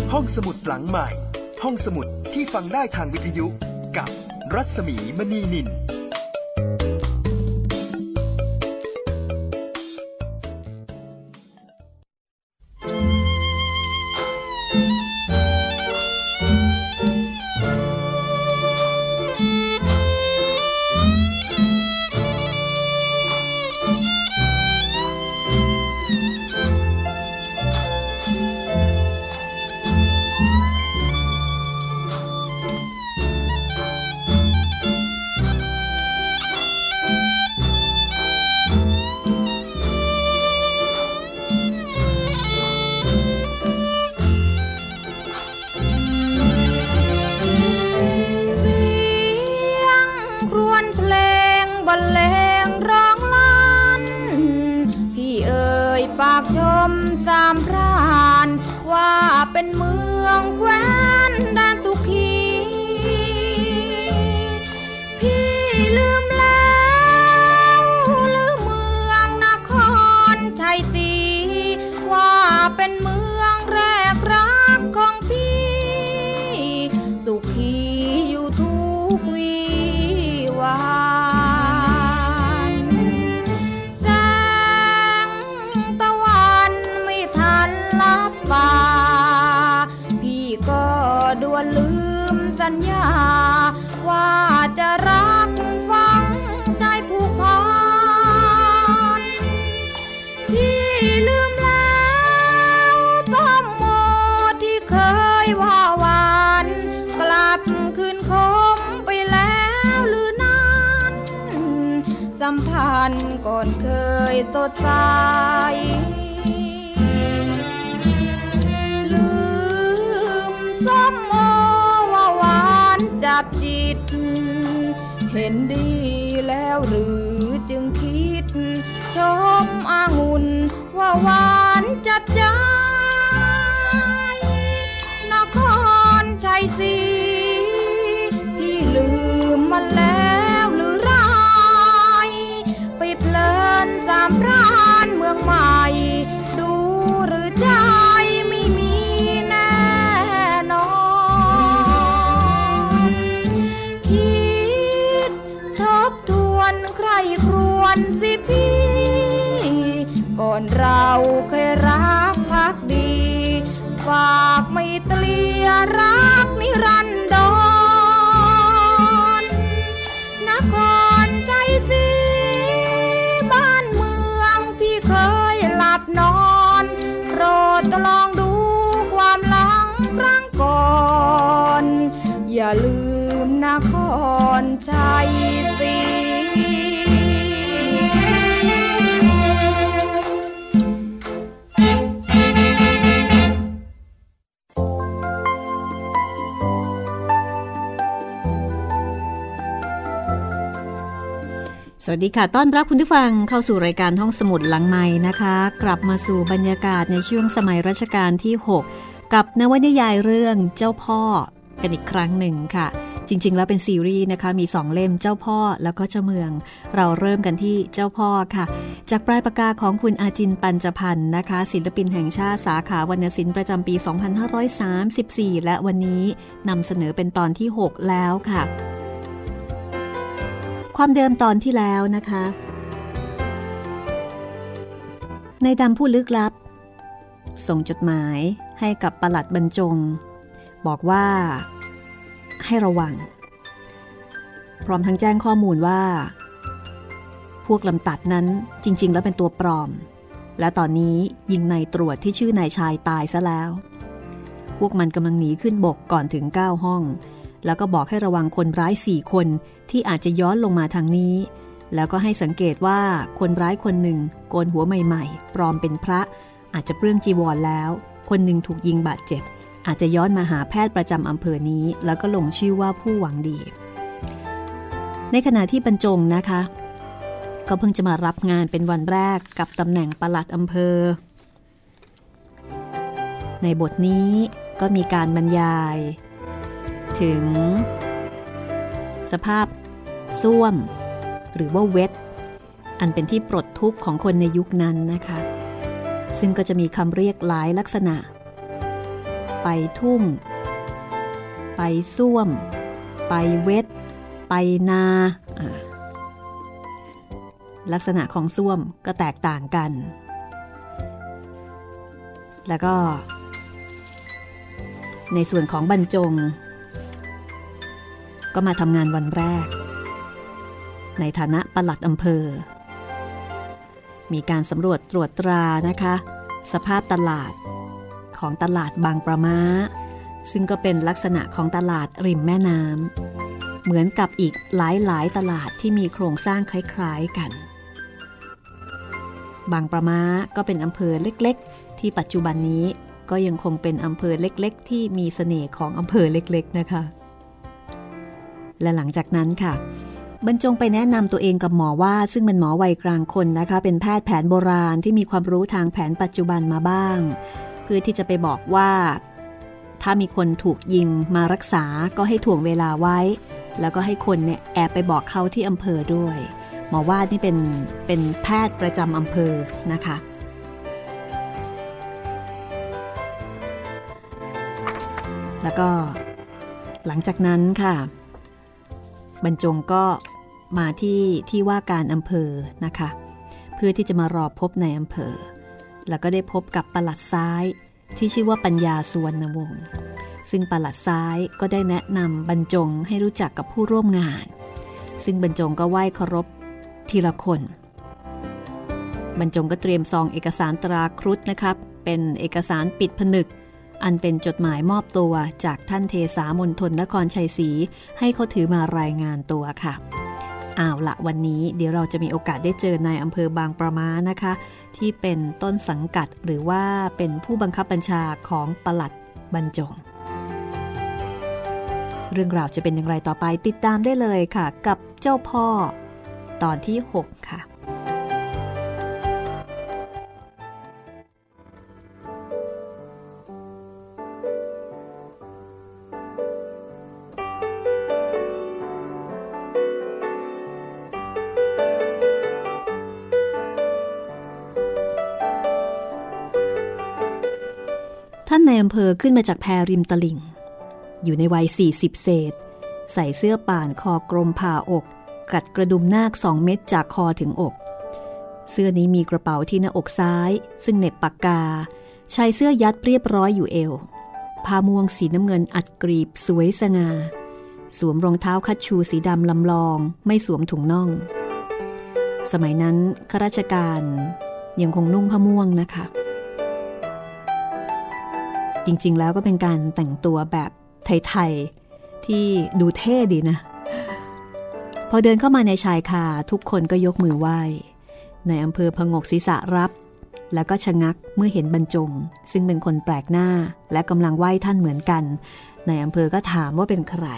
ห้องสมุดหลังใหม่ห้องสมุดที่ฟังได้ทางวิทยุกับรัศมีมณีนินว่าจะรักฝังใจผูกพันพี่ลืมแล้วส้มโอที่เคยว่าหวานกลับคืนคมไปแล้วหรือนั้นสัมพันธ์ก่อนเคยสดใสลืมส้มโอจับจิตเห็นดีแล้วหรือจึงคิดชมองุ่นว่าหวานจับใจนครชัยศรีพี่ลืมมันแล้วหรือไรไปเพลินสามพรานเมืองใหม่ดูหรือใจไม่มีแน่นอนทบทวนใครครวญสิพี่ก่อนเราเคยรักภักดีฝากไมตรีรักนิรันดรนครชัยศรีบ้านเมืองพี่เคยหลับนอนโปรดลองดูความหลังครั้งก่อนอย่าลืมนครชัยศรีสวัสดีค่ะต้อนรับคุณผู้ฟังเข้าสู่รายการห้องสมุดหลังไมค์นะคะกลับมาสู่บรรยากาศในช่วงสมัยรัชกาลที่6กับนวนิยายเรื่องเจ้าพ่อกันอีกครั้งหนึ่งค่ะจริงๆแล้วเป็นซีรีส์นะคะมี2เล่มเจ้าพ่อแล้วก็เจ้าเมืองเราเริ่มกันที่เจ้าพ่อค่ะจากปลายปากกาของคุณอาจินปัญจพันธ์นะคะศิลปินแห่งชาติสาขาวรรณศิลป์ประจำปี2534และวันนี้นำเสนอเป็นตอนที่6แล้วค่ะความเดิมตอนที่แล้วนะคะนายดำผู้ลึกลับส่งจดหมายให้กับปลัดบรรจงบอกว่าให้ระวังพร้อมทั้งแจ้งข้อมูลว่าพวกลำตัดนั้นจริงๆแล้วเป็นตัวปลอมและตอนนี้ยิงนายตรวจที่ชื่อนายชายตายซะแล้วพวกมันกำลังหนีขึ้นบกก่อนถึง9ห้องแล้วก็บอกให้ระวังคนร้าย4คนที่อาจจะย้อนลงมาทางนี้แล้วก็ให้สังเกตว่าคนร้ายคนหนึ่งโกนหัวใหม่ๆปลอมเป็นพระอาจจะเปลื้องจีวรแล้วคนหนึ่งถูกยิงบาดเจ็บอาจจะย้อนมาหาแพทย์ประจำอำเภอนี้แล้วก็ลงชื่อว่าผู้หวังดีในขณะที่บรรจงนะคะก็เพิ่งจะมารับงานเป็นวันแรกกับตำแหน่งปลัดอำเภอในบทนี้ก็มีการบรรยายถึงสภาพส้วมหรือว่าเวทอันเป็นที่ปลดทุกข์ของคนในยุคนั้นนะคะซึ่งก็จะมีคำเรียกหลายลักษณะไปทุ่งไปส้วมไปเวทไปนาลักษณะของส้วมก็แตกต่างกันแล้วก็ในส่วนของบรรจงก็มาทำงานวันแรกในฐานะปลัดอำเภอมีการสำรวจตรวจตรานะคะสภาพตลาดของตลาดบางประม้าซึ่งก็เป็นลักษณะของตลาดริมแม่น้ำเหมือนกับอีกหลายตลาดที่มีโครงสร้างคล้ายๆกันบางประม้าก็เป็นอำเภอเล็กๆที่ปัจจุบันนี้ก็ยังคงเป็นอำเภอเล็กๆที่มีเสน่ห์ของอำเภอเล็กๆนะคะและหลังจากนั้นค่ะบรรจงไปแนะนำตัวเองกับหมอว่าซึ่งเป็นหมอวัยกลางคนนะคะเป็นแพทย์แผนโบราณที่มีความรู้ทางแผนปัจจุบันมาบ้างเพื่อที่จะไปบอกว่าถ้ามีคนถูกยิงมารักษาก็ให้ถ่วงเวลาไว้แล้วก็ให้คนเนี่ยแอบไปบอกเขาที่อำเภอด้วยหมอวาดนี่เป็นแพทย์ประจำอำเภอนะคะแล้วก็หลังจากนั้นค่ะบรรจงก็มาที่ว่าการอำเภอนะคะเพื่อที่จะมารอพบในอำเภอแล้วก็ได้พบกับปลัดซ้ายที่ชื่อว่าปัญญาสุวรรณวงศ์ซึ่งปลัดซ้ายก็ได้แนะนำบรรจงให้รู้จักกับผู้ร่วมงานซึ่งบรรจงก็ไหว้เคารพทีละคนบรรจงก็เตรียมซองเอกสารตราครุฑนะครับเป็นเอกสารปิดผนึกอันเป็นจดหมายมอบตัวจากท่านเทสามณฑลนครชัยศรีให้เขาถือมารายงานตัวค่ะเอาละวันนี้เดี๋ยวเราจะมีโอกาสได้เจอนายอำเภอบางประม้านะคะที่เป็นต้นสังกัดหรือว่าเป็นผู้บังคับบัญชาของปลัดบรรจงเรื่องราวจะเป็นอย่างไรต่อไปติดตามได้เลยค่ะกับเจ้าพ่อตอนที่ 6 ค่ะท่านในอำเภอขึ้นมาจากแพริมตลิ่งอยู่ในวัย40เศษใส่เสื้อป่านคอกลมผ่าอกกรัดกระดุมนาค2 เม็ดจากคอถึงอกเสื้อนี้มีกระเป๋าที่หน้าอกซ้ายซึ่งเหน็บปากกาชายเสื้อยัดเรียบร้อยอยู่เอวผ้าม่วงสีน้ำเงินอัดกรีบสวยสง่าสวมรองเท้าคัชชูสีดำลำลองไม่สวมถุงน่องสมัยนั้นข้าราชการยังคงนุ่งผ้าม่วงนะคะจริงๆแล้วก็เป็นการแต่งตัวแบบไทยๆที่ดูเท่ดีนะพอเดินเข้ามาในชายคาทุกคนก็ยกมือไหว้ในอำเภอผงกศีรษะรับแล้วก็ชะงักเมื่อเห็นบรรจงซึ่งเป็นคนแปลกหน้าและกำลังไหว้ท่านเหมือนกันในอำเภอก็ถามว่าเป็นใคร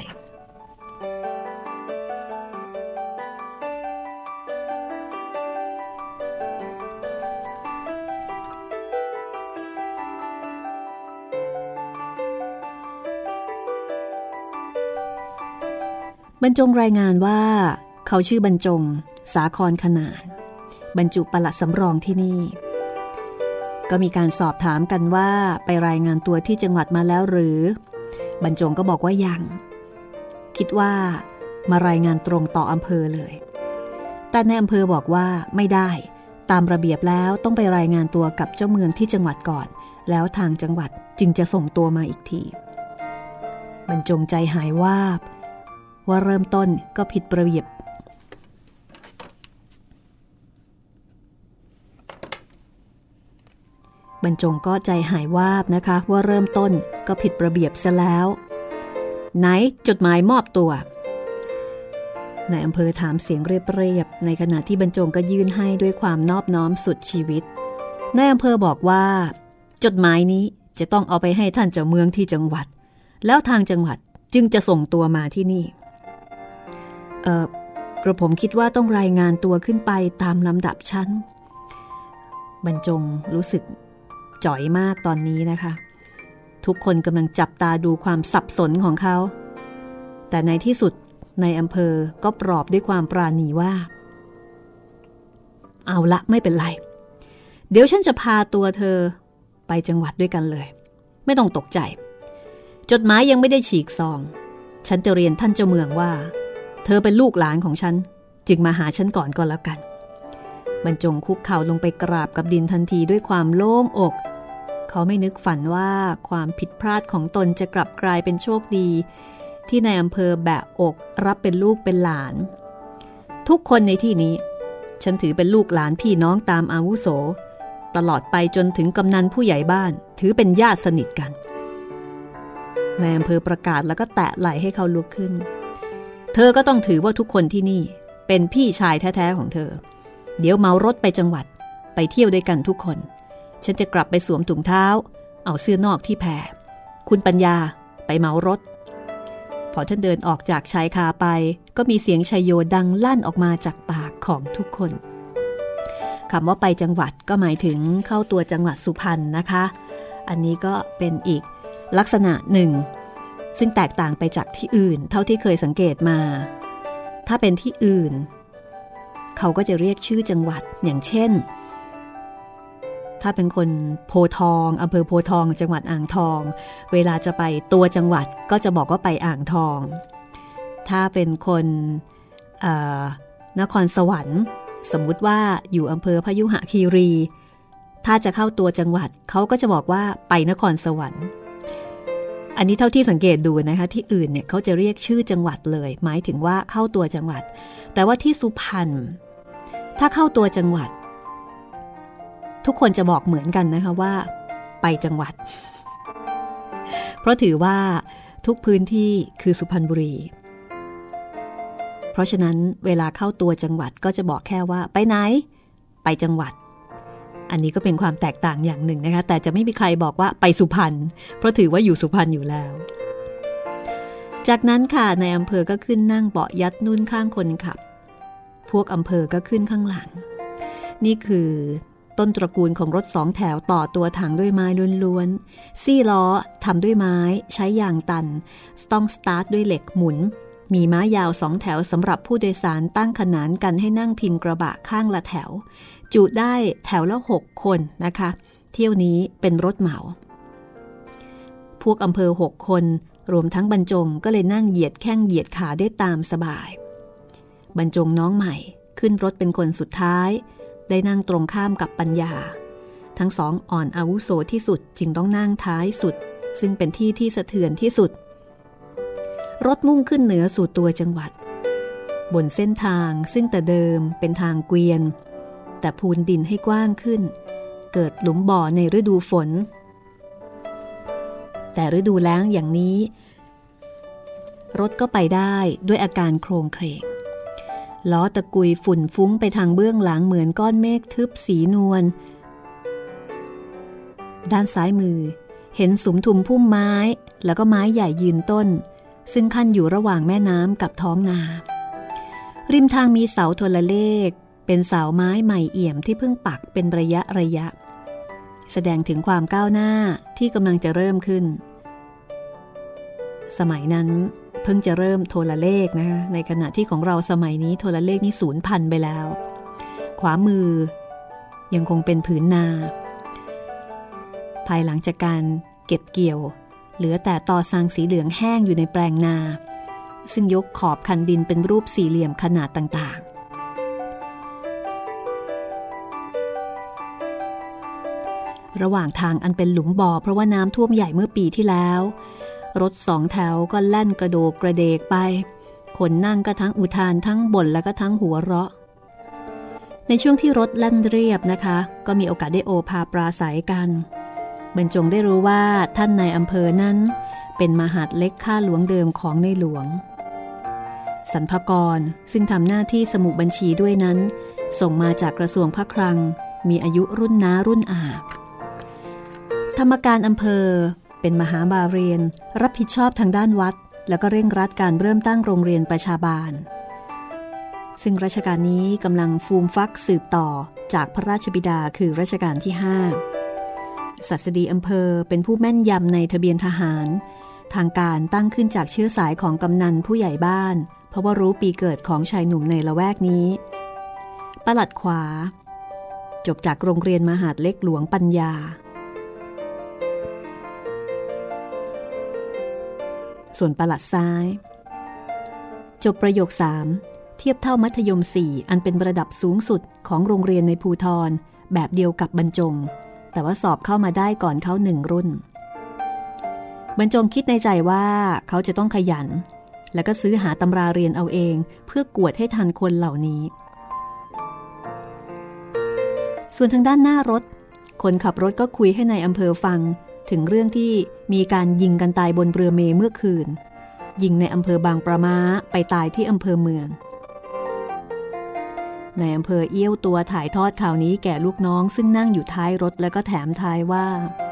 บรรจงรายงานว่าเขาชื่อบรรจงสาครขนานบรรจุปลัดสำรองที่นี่ก็มีการสอบถามกันว่าไปรายงานตัวที่จังหวัดมาแล้วหรือบรรจงก็บอกว่ายังคิดว่ามารายงานตรงต่ออำเภอเลยแต่ในอำเภอบอกว่าไม่ได้ตามระเบียบแล้วต้องไปรายงานตัวกับเจ้าเมืองที่จังหวัดก่อนแล้วทางจังหวัดจึงจะส่งตัวมาอีกทีบรรจงใจหายวาบว่าเริ่มต้นก็ผิดระเบียบบรรจงก็ใจหายวาบนะคะว่าเริ่มต้นก็ผิดระเบียบซะแล้วไหนจดหมายมอบตัวนายอำเภอถามเสียงเรียบๆในขณะที่บรรจงก็ยื่นให้ด้วยความนอบน้อมสุดชีวิตนายอำเภอบอกว่าจดหมายนี้จะต้องเอาไปให้ท่านเจ้าเมืองที่จังหวัดแล้วทางจังหวัดจึงจะส่งตัวมาที่นี่กระผมคิดว่าต้องรายงานตัวขึ้นไปตามลำดับชั้นบรรจงรู้สึกจ่อยมากตอนนี้นะคะทุกคนกำลังจับตาดูความสับสนของเขาแต่ในที่สุดในอำเภอก็ปลอบด้วยความปราณีว่าเอาละไม่เป็นไรเดี๋ยวฉันจะพาตัวเธอไปจังหวัดด้วยกันเลยไม่ต้องตกใจจดหมายยังไม่ได้ฉีกซองฉันจะเรียนท่านเจ้าเมืองว่าเธอเป็นลูกหลานของฉันจึงมาหาฉันก่อนก็แล้วกันบรรจงคุกเข่าลงไปกราบกับดินทันทีด้วยความโล่งอกเขาไม่นึกฝันว่าความผิดพลาดของตนจะกลับกลายเป็นโชคดีที่ในอำเภอแบะอกรับเป็นลูกเป็นหลานทุกคนในที่นี้ฉันถือเป็นลูกหลานพี่น้องตามอาวุโสตลอดไปจนถึงกำนันผู้ใหญ่บ้านถือเป็นญาติสนิทกันในอำเภอประกาศแล้วก็แตะไหล่ให้เขาลุกขึ้นเธอก็ต้องถือว่าทุกคนที่นี่เป็นพี่ชายแท้ๆของเธอเดี๋ยวเมารถไปจังหวัดไปเที่ยวด้วยกันทุกคนฉันจะกลับไปสวมถุงเท้าเอาเสื้อนอกที่แผ่คุณปัญญาไปเมารถพอท่านเดินออกจากชายคาไปก็มีเสียงชัยโยดังลั่นออกมาจากปากของทุกคนคำว่าไปจังหวัดก็หมายถึงเข้าตัวจังหวัดสุพรรณนะคะอันนี้ก็เป็นอีกลักษณะหนึ่งซึ่งแตกต่างไปจากที่อื่นเท่าที่เคยสังเกตมาถ้าเป็นที่อื่นเขาก็จะเรียกชื่อจังหวัดอย่างเช่นถ้าเป็นคนโพธิ์ทองอำเภอโพธิ์ทองจังหวัดอ่างทองเวลาจะไปตัวจังหวัดก็จะบอกว่าไปอ่างทองถ้าเป็นคนนครสวรรค์สมมุติว่าอยู่อำเภอพยุหคีรีถ้าจะเข้าตัวจังหวัดเขาก็จะบอกว่าไปนครสวรรค์อันนี้เท่าที่สังเกตดูนะคะที่อื่นเนี่ยเขาจะเรียกชื่อจังหวัดเลยหมายถึงว่าเข้าตัวจังหวัดแต่ว่าที่สุพรรณถ้าเข้าตัวจังหวัดทุกคนจะบอกเหมือนกันนะคะว่าไปจังหวัดเพราะถือว่าทุกพื้นที่คือสุพรรณบุรีเพราะฉะนั้นเวลาเข้าตัวจังหวัดก็จะบอกแค่ว่าไปไหนไปจังหวัดอันนี้ก็เป็นความแตกต่างอย่างหนึ่งนะคะแต่จะไม่มีใครบอกว่าไปสุพรรณเพราะถือว่าอยู่สุพรรณอยู่แล้วจากนั้นค่ะในอำเภอก็ขึ้นนั่งเบาะยัดนุ่นข้างคนขับพวกอำเภอก็ขึ้นข้างหลังนี่คือต้นตระกูลของรถสองแถวต่อตัวถังด้วยไม้ล้วนๆซี่ล้อทำด้วยไม้ใช้ยางตันต้องสตาร์ทด้วยเหล็กหมุนมีม้ายาวสองแถวสำหรับผู้โดยสารตั้งขนานกันให้นั่งพิงกระบะข้างละแถวจุได้แถวละ6 คนนะคะเที่ยวนี้เป็นรถเหมาพวกอำเภอ6 คนรวมทั้งบรรจงก็เลยนั่งเหยียดแข้งเหยียดขาได้ตามสบายบรรจงน้องใหม่ขึ้นรถเป็นคนสุดท้ายได้นั่งตรงข้ามกับปัญญาทั้งสองอ่อนอาวุโสที่สุดจึงต้องนั่งท้ายสุดซึ่งเป็นที่ที่สะเทือนที่สุดรถมุ่งขึ้นเหนือสู่ตัวจังหวัดบนเส้นทางซึ่งแต่เดิมเป็นทางเกวียนแต่พูนดินให้กว้างขึ้นเกิดหลุมบ่อในฤดูฝนแต่ฤดูแล้งอย่างนี้รถก็ไปได้ด้วยอาการโครงเครงล้อตะกุยฝุ่นฟุ้งไปทางเบื้องหลังเหมือนก้อนเมฆทึบสีนวลด้านซ้ายมือเห็นสุมทุมพุ่มไม้แล้วก็ไม้ใหญ่ยืนต้นซึ่งขั้นอยู่ระหว่างแม่น้ำกับท้องนาริมทางมีเสาโทรเลขเป็นเสาไม้ใหม่เอี่ยมที่เพิ่งปักเป็นระยะแสดงถึงความก้าวหน้าที่กำลังจะเริ่มขึ้นสมัยนั้นเพิ่งจะเริ่มโทรเลขนะคะในขณะที่ของเราสมัยนี้โทรเลขนี่สูญพันธุ์ไปแล้วขวามือยังคงเป็นผืนนาภายหลังจากการเก็บเกี่ยวเหลือแต่ตอซางสีเหลืองแห้งอยู่ในแปลงนาซึ่งยกขอบคันดินเป็นรูปสี่เหลี่ยมขนาดต่างๆระหว่างทางอันเป็นหลุมบ่อเพราะว่าน้ำท่วมใหญ่เมื่อปีที่แล้วรถ2 แถวก็แล่นกระโดกกระเดกไปคนนั่งก็ทั้งอุทานทั้งบ่นแล้วก็ทั้งหัวเราะในช่วงที่รถแล่นเรียบนะคะก็มีโอกาสได้โอภาปราศัยกันบรรจงได้รู้ว่าท่านนายอำเภอนั้นเป็นมหาดเล็กข้าหลวงเดิมของในหลวงสรรพากรซึ่งทำหน้าที่สมุดบัญชีด้วยนั้นส่งมาจากกระทรวงพระคลังมีอายุรุ่นน้ารุ่นอาธรรมการอำเภอเป็นมหาบาเรียนรับผิดชอบทางด้านวัดแล้วก็เร่งรัดการเริ่มตั้งโรงเรียนประชาบาลซึ่งรัชกาลนี้กำลังฟูมฟักสืบต่อจากพระราชบิดาคือรัชกาลที่5ศัสดีอำเภอเป็นผู้แม่นยำในทะเบียนทหารทางการตั้งขึ้นจากเชื้อสายของกำนันผู้ใหญ่บ้านเพราะว่ารู้ปีเกิดของชายหนุ่มในละแวกนี้ปลัดขวาจบจากโรงเรียนมหาดเล็กหลวงปัญญาส่วนปลัดซ้ายจบประโยค3เทียบเท่ามัธยม4อันเป็นระดับสูงสุดของโรงเรียนในภูธรแบบเดียวกับบรรจงแต่ว่าสอบเข้ามาได้ก่อนเขา1รุ่นบรรจงคิดในใจว่าเขาจะต้องขยันแล้วก็ซื้อหาตำราเรียนเอาเองเพื่อกวดให้ทันคนเหล่านี้ส่วนทางด้านหน้ารถคนขับรถก็คุยให้ในายอำเภอฟังถึงเรื่องที่มีการยิงกันตายบนเรือเมเมื่อคืนยิงในอำเภอบางประม้าไปตายที่อำเภอเมืองในอำเภอเอี้ยวตัวถ่ายทอดข่าวนี้แก่ลูกน้องซึ่งนั่งอยู่ท้ายรถแล้วก็แถมทายว่า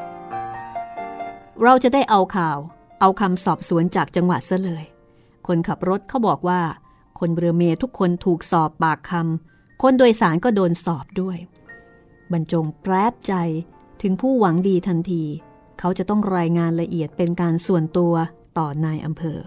เราจะได้เอาข่าวเอาคำสอบสวนจากจังหวัดซะเลยคนขับรถเขาบอกว่าคนเรือเมทุกคนถูกสอบปากคำคนโดยสารก็โดนสอบด้วยบรรจงแปรบใจถึงผู้หวังดีทันทีเขาจะต้องรายงานละเอียดเป็นการส่วนตัวต่อนายอำเภอ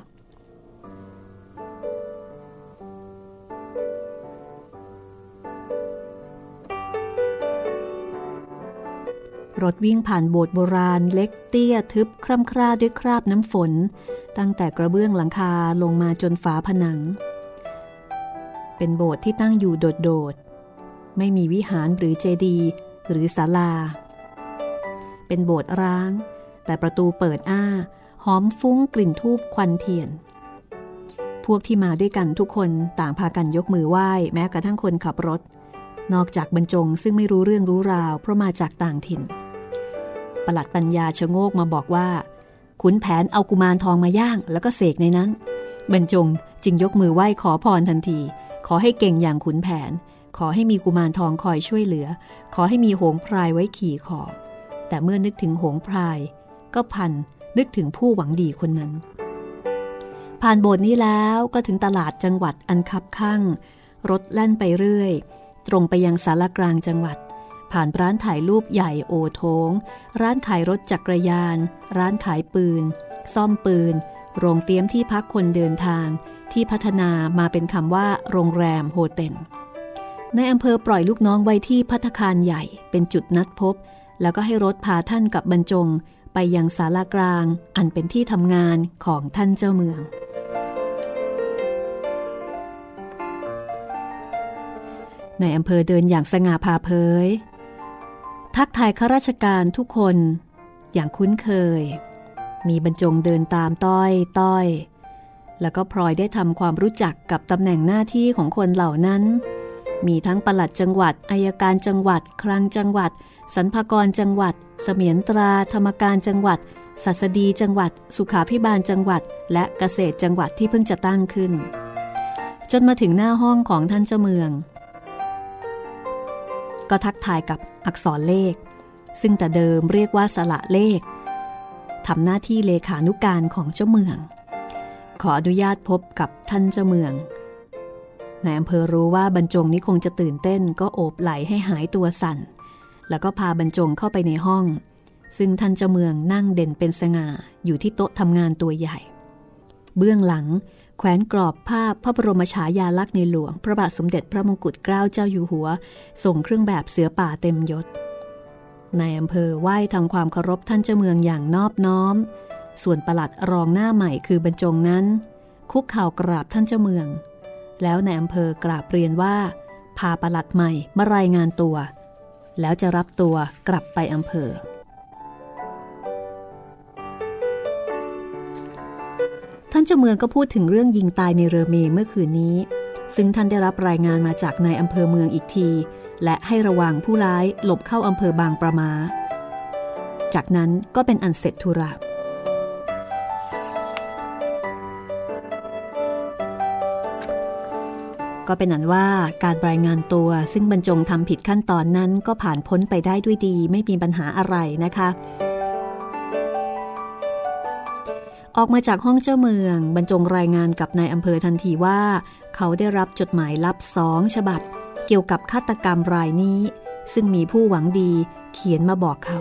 รถวิ่งผ่านโบสถ์โบราณเล็กเตี้ยทึบคร่ำคร่าด้วยคราบน้ำฝนตั้งแต่กระเบื้องหลังคาลงมาจนฝาผนังเป็นโบสถ์ที่ตั้งอยู่โดดๆไม่มีวิหารหรือเจดีย์หรือศาลาเป็นโบสถ์ร้างแต่ประตูเปิดอ้าหอมฟุ้งกลิ่นธูปควันเทียนพวกที่มาด้วยกันทุกคนต่างพากันยกมือไหว้แม้กระทั่งคนขับรถนอกจากบรรจงซึ่งไม่รู้เรื่องรู้ราวเพราะมาจากต่างถิ่นปลัดปัญญาชะโงกมาบอกว่าขุนแผนเอากุมารทองมาย่างแล้วก็เสกในนั้นบรรจงจึงยกมือไหว้ขอพรทันทีขอให้เก่งอย่างขุนแผนขอให้มีกุมารทองคอยช่วยเหลือขอให้มีโหงพรายไว้ขี่คอแต่เมื่อนึกถึงโหงพรายก็พันนึกถึงผู้หวังดีคนนั้นผ่านโบสถ์นี้แล้วก็ถึงตลาดจังหวัดอันคับข้างรถแล่นไปเรื่อยตรงไปยังศาลากลางจังหวัดผ่านร้านถ่ายรูปใหญ่โอโถงร้านขายรถจักรยานร้านขายปืนซ่อมปืนโรงเตรียมที่พักคนเดินทางที่พัฒนามาเป็นคำว่าโรงแรมโฮเทลในอำเภอปล่อยลูกน้องไว้ที่ภัตตาคารใหญ่เป็นจุดนัดพบแล้วก็ให้รถพาท่านกับบรรจงไปยังศาลากลางอันเป็นที่ทำงานของท่านเจ้าเมืองในอำเภอเดินอย่างสง่าผ่าเผยทักทายข้าราชการทุกคนอย่างคุ้นเคยมีบรรจงเดินตามต้อยแล้วก็พลอยได้ทำความรู้จักกับตำแหน่งหน้าที่ของคนเหล่านั้นมีทั้งปลัดจังหวัดอัยการจังหวัดคลังจังหวัดสรรพากรจังหวัดเสมียนตราธรรมการจังหวัดศัสดีจังหวัดสุขาภิบาลจังหวัดและเกษตรจังหวัดที่เพิ่งจะตั้งขึ้นจนมาถึงหน้าห้องของท่านเจ้าเมืองก็ทักทายกับอักษรเลขซึ่งแต่เดิมเรียกว่าสละเลขทำหน้าที่เลขานุการของเจ้าเมืองขออนุญาตพบกับท่านเจ้าเมืองนายอำเภอรู้ว่าบรรจงนี้คงจะตื่นเต้นก็โอบไหล่ให้หายตัวสั่นแล้วก็พาบรรจงเข้าไปในห้องซึ่งท่านเจ้าเมืองนั่งเด่นเป็นสง่าอยู่ที่โต๊ะทำงานตัวใหญ่เบื้องหลังแขวนกรอบภาพพระบรมฉายาลักษณ์ในหลวงพระบาทสมเด็จพระมงกุฎเกล้าเจ้าอยู่หัวส่งเครื่องแบบเสือป่าเต็มยศนายอำเภอไหว้ทำความเคารพท่านเจ้าเมืองอย่างนอบน้อมส่วนปลัดรองหน้าใหม่คือบรรจงนั้นคุกเข่ากราบท่านเจ้าเมืองแล้วนายอำเภอกราบเรียนว่าพาปลัดใหม่มารายงานตัวแล้วจะรับตัวกลับไปอำเภอท่านเจ้าเมืองก็พูดถึงเรื่องยิงตายในเรือเมเมื่อคืนนี้ซึ่งท่านได้รับรายงานมาจากนายอำเภอเมืองอีกทีและให้ระวังผู้ร้ายหลบเข้าอำเภอบางประม้าจากนั้นก็เป็นอันเสร็จธุระก็เป็นอันว่าการรายงานตัวซึ่งบรรจงทำผิดขั้นตอนนั้นก็ผ่านพ้นไปได้ด้วยดีไม่มีปัญหาอะไรนะคะออกมาจากห้องเจ้าเมืองบรรจงรายงานกับนายอำเภอทันทีว่าเขาได้รับจดหมายลับ2 ฉบับเกี่ยวกับฆาตกรรมรายนี้ซึ่งมีผู้หวังดีเขียนมาบอกเขา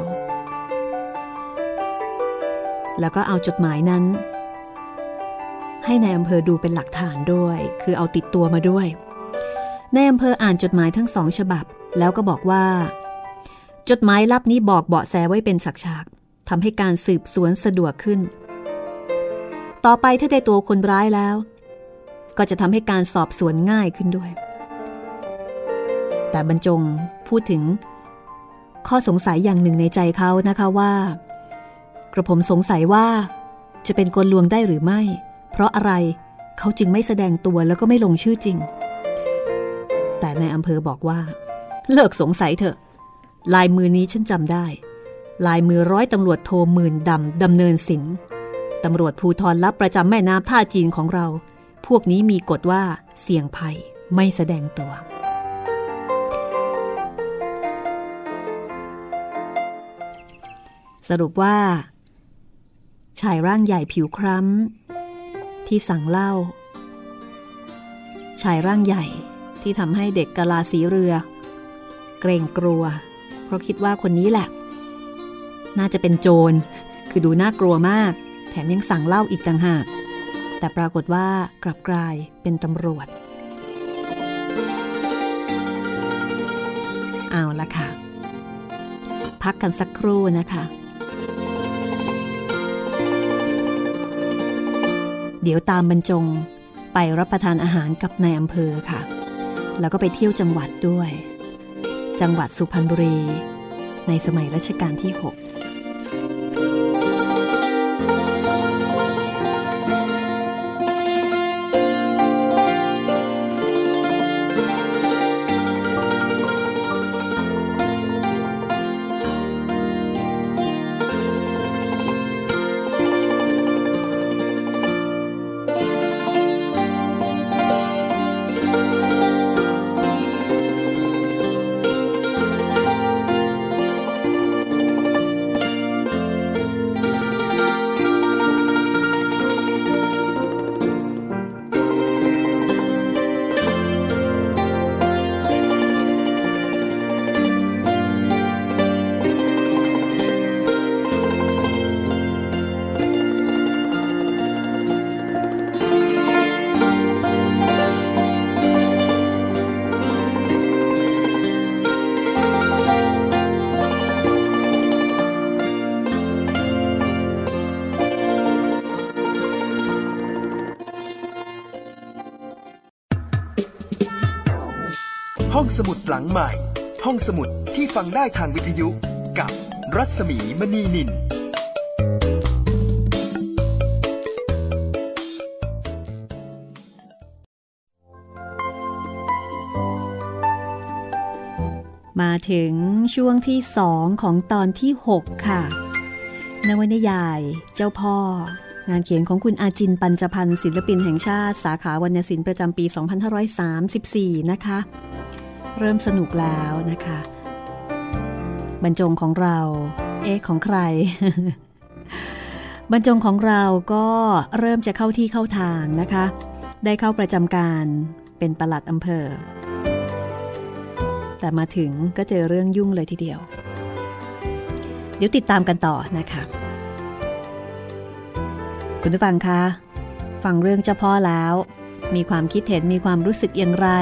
แล้วก็เอาจดหมายนั้นให้นายอำเภอดูเป็นหลักฐานด้วยคือเอาติดตัวมาด้วยนายอำเภออ่านจดหมายทั้ง2 ฉบับแล้วก็บอกว่าจดหมายลับนี้บอกเบาะแสไว้เป็นฉากๆทำให้การสืบสวนสะดวกขึ้นต่อไปถ้าได้ตัวคนร้ายแล้วก็จะทำให้การสอบสวนง่ายขึ้นด้วยแต่บรรจงพูดถึงข้อสงสัยอย่างหนึ่งในใจเขานะคะว่ากระผมสงสัยว่าจะเป็นกลลวงได้หรือไม่เพราะอะไรเขาจึงไม่แสดงตัวแล้วก็ไม่ลงชื่อจริงแต่นายอำเภอบอกว่าเลิกสงสัยเถอะลายมือนี้ฉันจำได้ลายมือร้อยตำรวจโทหมื่นดำเนินศิลป์ตำรวจภูธรลับประจำแม่น้ำท่าจีนของเราพวกนี้มีกฎว่าเสี่ยงภัยไม่แสดงตัวสรุปว่าชายร่างใหญ่ผิวคล้ำที่สั่งเหล้าชายร่างใหญ่ที่ทำให้เด็กกะลาสีเรือเกรงกลัวเพราะคิดว่าคนนี้แหละน่าจะเป็นโจรคือดูน่ากลัวมากแถมยังสั่งเหล้าอีกต่างหากแต่ปรากฏว่ากลับกลายเป็นตำรวจเอาละค่ะพักกันสักครู่นะคะเดี๋ยวตามบรรจงไปรับประทานอาหารกับนายอำเภอค่ะแล้วก็ไปเที่ยวจังหวัดด้วยจังหวัดสุพรรณบุรีในสมัยรัชกาลที่ 6 ห้องสมุดหลังใหม่ห้องสมุดที่ฟังได้ทางวิทยุกับรัศมีมณีนินมาถึงช่วงที่2ของตอนที่6ค่ะนวนิยายเจ้าพ่องานเขียนของคุณอาจินปัญจพันธ์ศิลปินแห่งชาติสาขาวรรณศิลป์ประจำปี 2534 นะคะเริ่มสนุกแล้วนะคะบรรจงของเราของใคร บรรจงของเราก็เริ่มจะเข้าที่เข้าทางนะคะได้เข้าประจำการเป็นปลัดอำเภอแต่มาถึงก็เจอเรื่องยุ่งเลยทีเดียวเดี๋ยวติดตามกันต่อนะคะคุณผู้ฟังคะฟังเรื่องเจ้าพ่อแล้วมีความคิดเห็นมีความรู้สึกอย่างไร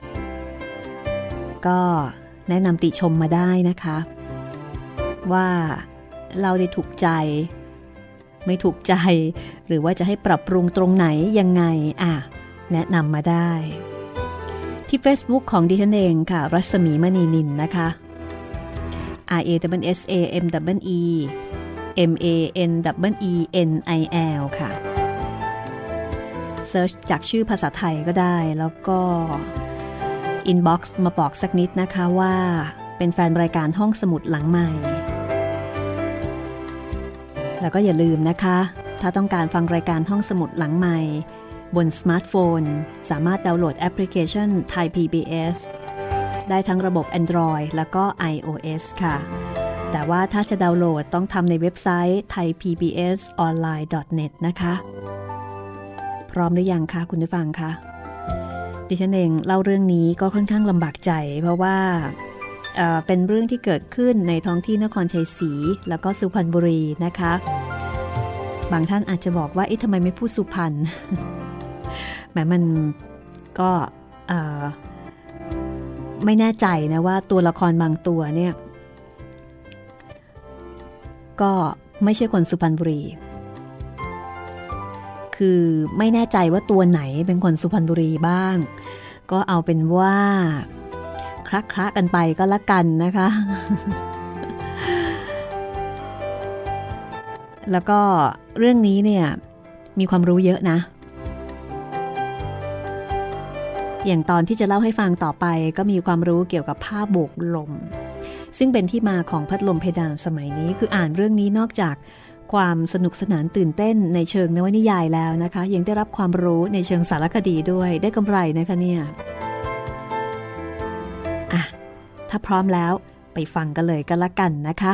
ก็แนะนำติชมมาได้นะคะว่าเราได้ถูกใจไม่ถูกใจหรือว่าจะให้ปรับปรุงตรงไหนยังไงแนะนำมาได้ที่ Facebook ของดิฉันเองค่ะรัศมีมณีนินนะคะ RASAMEMANENIL ค่ะเซิร์ชจากชื่อภาษาไทยก็ได้แล้วก็อินบ็อกซ์มาบอกสักนิดนะคะว่าเป็นแฟนรายการห้องสมุดหลังใหม่แล้วก็อย่าลืมนะคะถ้าต้องการฟังรายการห้องสมุดหลังใหม่บนสมาร์ทโฟนสามารถดาวน์โหลดแอปพลิเคชัน Thai PBS ได้ทั้งระบบ Android แล้วก็ iOS ค่ะแต่ว่าถ้าจะดาวน์โหลดต้องทำในเว็บไซต์ thaipbsonline.net นะคะพร้อมหรือยังคะคุณผู้ฟังคะดิฉันเองเล่าเรื่องนี้ก็ค่อนข้างลำบากใจเพราะว่าเป็นเรื่องที่เกิดขึ้นในท้องที่นครชัยศรีแล้วก็สุพรรณบุรีนะคะบางท่านอาจจะบอกว่าทำไมไม่พูดสุพรรณ แม้มันก็ไม่แน่ใจนะว่าตัวละครบางตัวเนี่ยก็ไม่ใช่คนสุพรรณบุรีคคือไม่แน่ใจว่าตัวไหนเป็นคนสุพรรณบุรีบ้างก็เอาเป็นว่าคละกันไปก็แล้วกันนะคะ แล้วก็เรื่องนี้เนี่ยมีความรู้เยอะนะอย่างตอนที่จะเล่าให้ฟังต่อไปก็มีความรู้เกี่ยวกับผ้าโบกลมซึ่งเป็นที่มาของพัดลมเพดานสมัยนี้คืออ่านเรื่องนี้นอกจากความสนุกสนานตื่นเต้นในเชิงนวนิยายแล้วนะคะยังได้รับความรู้ในเชิงสารคดีด้วยได้กำไรนะคะเนี่ยถ้าพร้อมแล้วไปฟังกันเลยก็แล้วกันนะคะ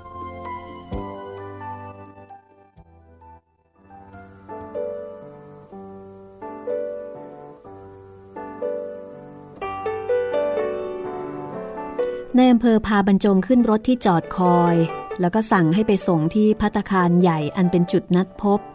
ในอำเภอพาบรรจงขึ้นรถที่จอดคอยแล้วก็สั่งให้ไปส่งที่ภัตตาคารใหญ่อันเป็นจุดนัดพบ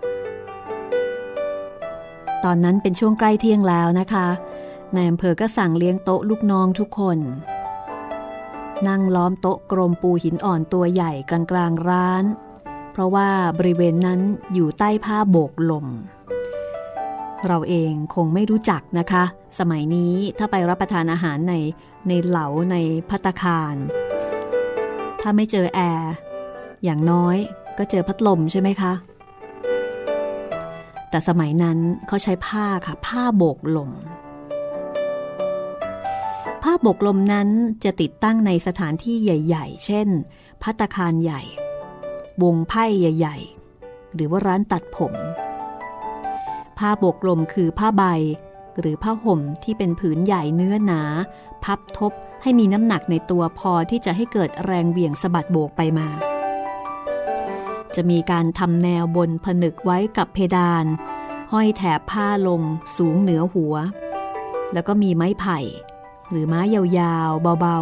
ตอนนั้นเป็นช่วงใกล้เที่ยงแล้วนะคะในอำเภอก็สั่งเลี้ยงโต๊ะลูกน้องทุกคนนั่งล้อมโต๊ะกลมปูหินอ่อนตัวใหญ่กลางร้านเพราะว่าบริเวณนั้นอยู่ใต้ผ้าโบกลมเราเองคงไม่รู้จักนะคะสมัยนี้ถ้าไปรับประทานอาหารในเหลาในภัตตาคารถ้าไม่เจอแอร์อย่างน้อยก็เจอพัดลมใช่ไหมคะแต่สมัยนั้นเขาใช้ผ้าค่ะผ้าโบกลมผ้าโบกลมนั้นจะติดตั้งในสถานที่ใหญ่ๆเช่นภัตตาคารใหญ่วงไพ่ใหญ่ๆหรือว่าร้านตัดผมผ้าโบกลมคือผ้าใบหรือผ้าห่มที่เป็นผืนใหญ่เนื้อหนาพับทบให้มีน้ำหนักในตัวพอที่จะให้เกิดแรงเหวี่ยงสะบัดโบกไปมาจะมีการทำแนวบนผนึกไว้กับเพดานห้อยแถบผ้าลงสูงเหนือหัวแล้วก็มีไม้ไผ่หรือไม้ยาวๆเบา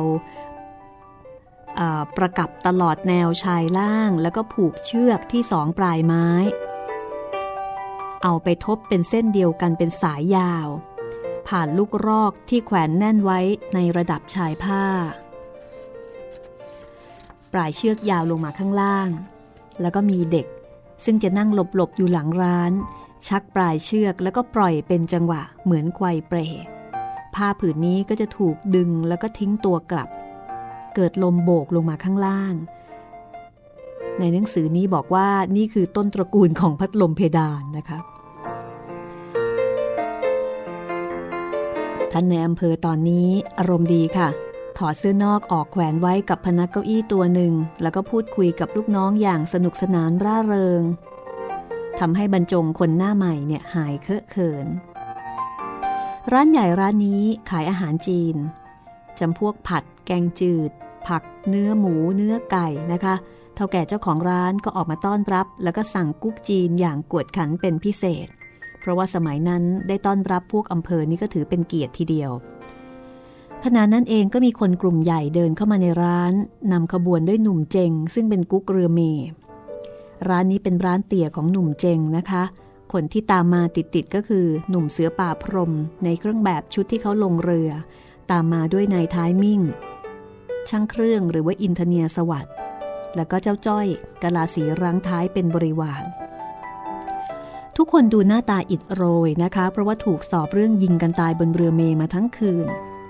ๆประกับตลอดแนวชายล่างแล้วก็ผูกเชือกที่สองปลายไม้เอาไปทบเป็นเส้นเดียวกันเป็นสายยาวผ่านลูกรอกที่แขวนแน่นไว้ในระดับชายผ้าปลายเชือกยาวลงมาข้างล่างแล้วก็มีเด็กซึ่งจะนั่งหลบๆอยู่หลังร้านชักปลายเชือกแล้วก็ปล่อยเป็นจังหวะเหมือนไกวเปรผ้าผืนนี้ก็จะถูกดึงแล้วก็ทิ้งตัวกลับเกิดลมโบกลงมาข้างล่างในหนังสือนี้บอกว่านี่คือต้นตระกูลของพัดลมเพดานนะคะท่านในอำเภอตอนนี้อารมณ์ดีค่ะถอดเสื้อนอกออกแขวนไว้กับพนักเก้าอี้ตัวหนึ่งแล้วก็พูดคุยกับลูกน้องอย่างสนุกสนานร่าเริงทำให้บรรจงคนหน้าใหม่เนี่ยหายเคอะเขินร้านใหญ่ร้านนี้ขายอาหารจีนจำพวกผัดแกงจืดผักเนื้อหมูเนื้อไก่นะคะเท่าแก่เจ้าของร้านก็ออกมาต้อนรับแล้วก็สั่งกุ๊กจีนอย่างกวดขันเป็นพิเศษเพราะว่าสมัยนั้นได้ต้อนรับพวกอำเภอนี้ก็ถือเป็นเกียรติทีเดียวขณะนั้นเองก็มีคนกลุ่มใหญ่เดินเข้ามาในร้านนำขบวนด้วยหนุ่มเจงซึ่งเป็นกุ๊กเรือเมร้านนี้เป็นร้านเตี่ยของหนุ่มเจงนะคะคนที่ตามมาติดก็คือหนุ่มเสือป่าพรหมในเครื่องแบบชุดที่เขาลงเรือตามมาด้วยนายท้ายมิ่งช่างเครื่องหรือว่าอินทเนียสวัสดิ์แล้วก็เจ้าจ้อยกะลาสีรังท้ายเป็นบริวารทุกคนดูหน้าตาอิดโรยนะคะเพราะว่าถูกสอบเรื่องยิงกันตายบนเรือเมมาทั้งคืน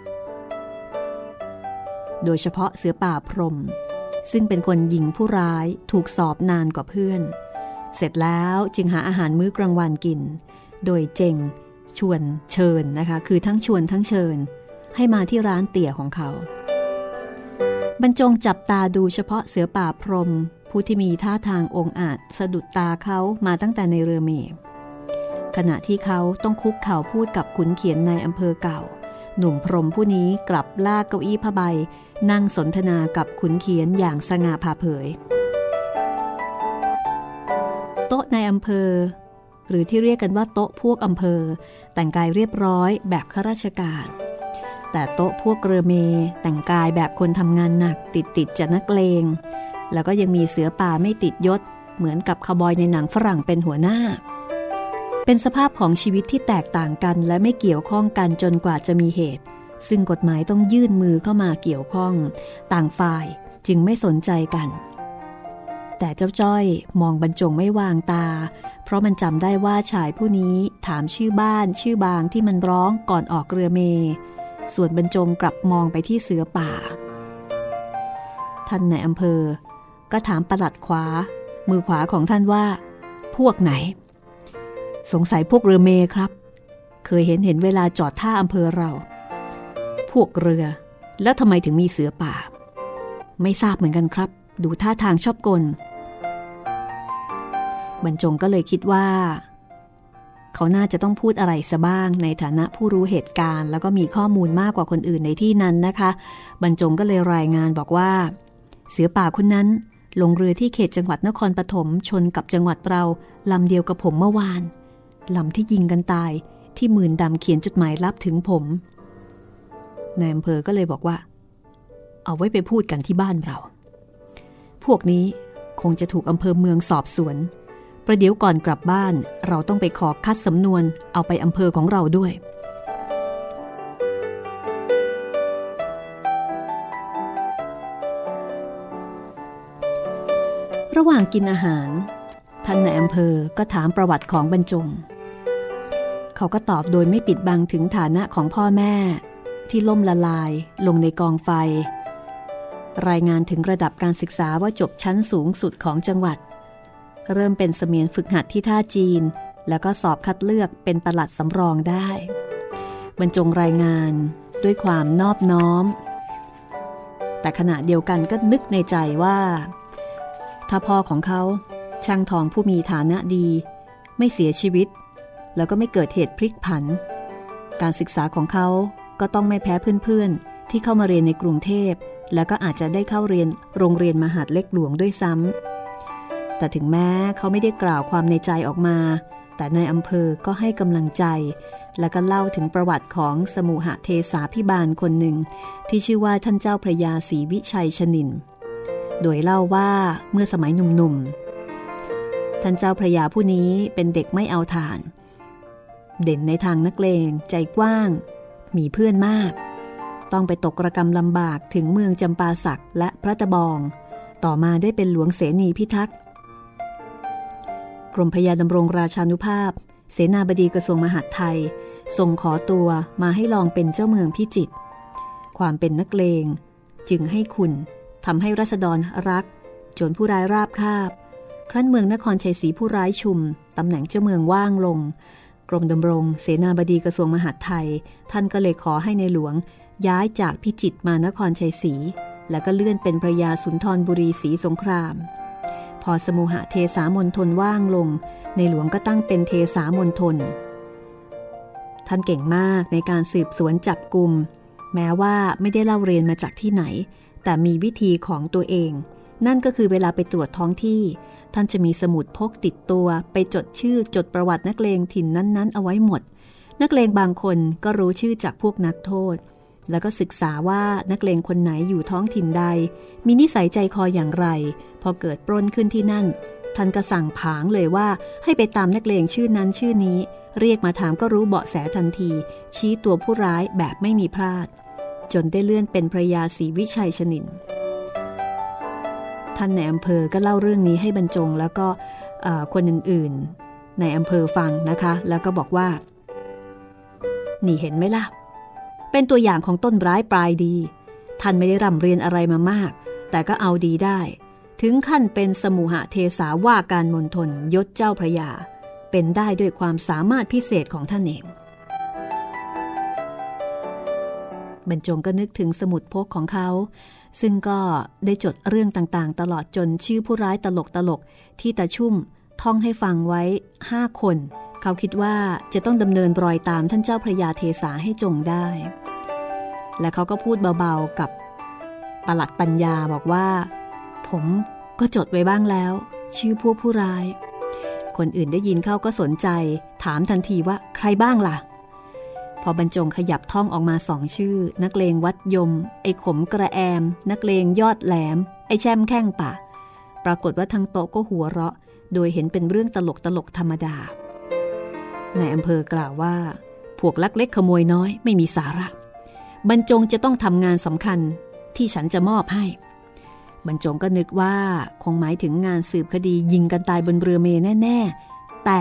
โดยเฉพาะเสือป่าพรหมซึ่งเป็นคนยิงผู้ร้ายถูกสอบนานกว่าเพื่อนเสร็จแล้วจึงหาอาหารมื้อกลางวันกินโดยเจงชวนเชิญนะคะคือทั้งชวนทั้งเชิญให้มาที่ร้านเตี่ยของเขาบรรจงจับตาดูเฉพาะเสือป่าพรหมผู้ที่มีท่าทางองอาจสะดุดตาเขามาตั้งแต่ในเรือเมขณะที่เขาต้องคุกเข่าพูดกับขุนเขียนในอำเภอเก่าหนุ่มพรหมผู้นี้กลับลากเก้าอี้ผ้าใบนั่งสนทนากับขุนเขียนอย่างสง่าผ่าเผยโต๊ะในอำเภอหรือที่เรียกกันว่าโต๊ะพวกอำเภอแต่งกายเรียบร้อยแบบข้าราชการแต่โต๊ะพวกเรือเมแต่งกายแบบคนทำงานหนักติดจะนักเลงแล้วก็ยังมีเสือป่าไม่ติดยศเหมือนกับคาวบอยในหนังฝรั่งเป็นหัวหน้าเป็นสภาพของชีวิตที่แตกต่างกันและไม่เกี่ยวข้องกันจนกว่าจะมีเหตุซึ่งกฎหมายต้องยื่นมือเข้ามาเกี่ยวข้องต่างฝ่ายจึงไม่สนใจกันแต่เจ้าจ้อยมองบรรจงไม่วางตาเพราะมันจำได้ว่าชายผู้นี้ถามชื่อบ้านชื่อบางที่มันร้องก่อนออกเรือเมส่วนบรรจงกลับมองไปที่เสือป่าท่านในอำเภอก็ถามปลัดขวามือขวาของท่านว่าพวกไหนสงสัยพวกเรือเมครับเคยเห็นเวลาจอดท่าอำเภอเราพวกเรือแล้วทำไมถึงมีเสือป่าไม่ทราบเหมือนกันครับดูท่าทางชอบกลบรรจงก็เลยคิดว่าเขาน่าจะต้องพูดอะไรซะบ้างในฐานะผู้รู้เหตุการณ์แล้วก็มีข้อมูลมากกว่าคนอื่นในที่นั้นนะคะบรรจงก็เลยรายงานบอกว่าเสือป่าคนนั้นลงเรือที่เขตจังหวัดนครปฐมชนกับจังหวัดเราลำเดียวกับผมเมื่อวานลำที่ยิงกันตายที่หมื่นดำเขียนจดหมายลับถึงผมนายอำเภอก็เลยบอกว่าเอาไว้ไปพูดกันที่บ้านเราพวกนี้คงจะถูกอำเภอเมืองสอบสวนประเดี๋ยวก่อนกลับบ้านเราต้องไปขอคัดสำนวนเอาไปอำเภอของเราด้วยระหว่างกินอาหารท่านนายอำเภอก็ถามประวัติของบรรจงเขาก็ตอบโดยไม่ปิดบังถึงฐานะของพ่อแม่ที่ล่มละลายลงในกองไฟรายงานถึงระดับการศึกษาว่าจบชั้นสูงสุดของจังหวัดเริ่มเป็นเสมียนฝึกหัดที่ท่าจีนแล้วก็สอบคัดเลือกเป็นปลัดสำรองได้บรรจงรายงานด้วยความนอบน้อมแต่ขณะเดียวกันก็นึกในใจว่าถ้าพ่อของเขาช่างทองผู้มีฐานะดีไม่เสียชีวิตแล้วก็ไม่เกิดเหตุพลิกผันการศึกษาของเขาก็ต้องไม่แพ้เพื่อนๆที่เข้ามาเรียนในกรุงเทพแล้วก็อาจจะได้เข้าเรียนโรงเรียนมหาดเล็กหลวงด้วยซ้ำแต่ถึงแม้เขาไม่ได้กล่าวความในใจออกมาแต่นายอำเภอก็ให้กำลังใจแล้วก็เล่าถึงประวัติของสมุหเทสาพิบาลคนหนึ่งที่ชื่อว่าท่านเจ้าพระยาศรีวิชัยชนินโดยเล่าว่าเมื่อสมัยหนุ่มๆท่านเจ้าพระยาผู้นี้เป็นเด็กไม่เอาทานเด่นในทางนักเลงใจกว้างมีเพื่อนมากต้องไปตกระกำลำบากถึงเมืองจำปาสักและพระตะบองต่อมาได้เป็นหลวงเสนีพิทักษ์กรมพยาดำรงราชานุภาพเสนาบดีกระทรวงมหาดไทยส่งขอตัวมาให้ลองเป็นเจ้าเมืองพิจิตรความเป็นนักเลงจึงให้คุณทำให้ราษฎรรักจนผู้ร้ายราบคาบครั้นเมืองนครชัยศรีผู้ร้ายชุมตำแหน่งเจ้าเมืองว่างลงกรมดำรงเสนาบดีกระทรวงมหาดไทยท่านก็เลยขอให้ในหลวงย้ายจากพิจิตรมานครชัยศรีแล้วก็เลื่อนเป็นพระยาสุนทรบุรีศรีสงครามพอสมุหเทสามณฑลว่างลงในหลวงก็ตั้งเป็นเทสามณฑลท่านเก่งมากในการสืบสวนจับกุมแม้ว่าไม่ได้เล่าเรียนมาจากที่ไหนแต่มีวิธีของตัวเองนั่นก็คือเวลาไปตรวจท้องที่ท่านจะมีสมุดพกติดตัวไปจดชื่อจดประวัตินักเลงถิ่นนั้นๆเอาไว้หมดนักเลงบางคนก็รู้ชื่อจากพวกนักโทษแล้วก็ศึกษาว่านักเลงคนไหนอยู่ท้องถิ่นใดมีนิสัยใจคออย่างไรพอเกิดปล้นขึ้นที่นั่นท่านก็สั่งผางเลยว่าให้ไปตามนักเลงชื่อนั้นชื่อนี้เรียกมาถามก็รู้เบาะแสทันทีชี้ตัวผู้ร้ายแบบไม่มีพลาดจนได้เลื่อนเป็นพระยาศรีวิชัยชนินท่านในอำเภอก็เล่าเรื่องนี้ให้บรรจงแล้วก็คนอื่นๆในอำเภอฟังนะคะแล้วก็บอกว่านี่เห็นไหมล่ะเป็นตัวอย่างของต้นร้ายปลายดีท่านไม่ได้ร่ำเรียนอะไรมามากแต่ก็เอาดีได้ถึงขั้นเป็นสมุหเทสาว่าการมณฑลยศเจ้าพระยาเป็นได้ด้วยความสามารถพิเศษของท่านเองบรรจงก็นึกถึงสมุดพกของเขาซึ่งก็ได้จดเรื่องต่างๆตลอดจนชื่อผู้ร้ายตลกที่ตาชุ่มท่องให้ฟังไว้5 คนเขาคิดว่าจะต้องดำเนินรอยตามท่านเจ้าพระยาเทสาให้จงได้และเขาก็พูดเบาๆกับปลัดปัญญาบอกว่าผมก็จดไว้บ้างแล้วชื่อพวกผู้ร้ายคนอื่นได้ยินเข้าก็สนใจถามทันทีว่าใครบ้างล่ะพอบรรจงขยับท่องออกมา2 ชื่อนักเลงวัดยมไอ้ขมกระแอมนักเลงยอดแหลมไอ้แช่มแข้งป่าปรากฏว่าทั้งโต๊ะก็หัวเราะโดยเห็นเป็นเรื่องตลกธรรมดานายอำเภอกล่าวว่าพวกลักเล็กขโมยน้อยไม่มีสาระบรรจงจะต้องทำงานสำคัญที่ฉันจะมอบให้บรรจงก็นึกว่าคงหมายถึงงานสืบคดียิงกันตายบนเรือเมแน่ๆแต่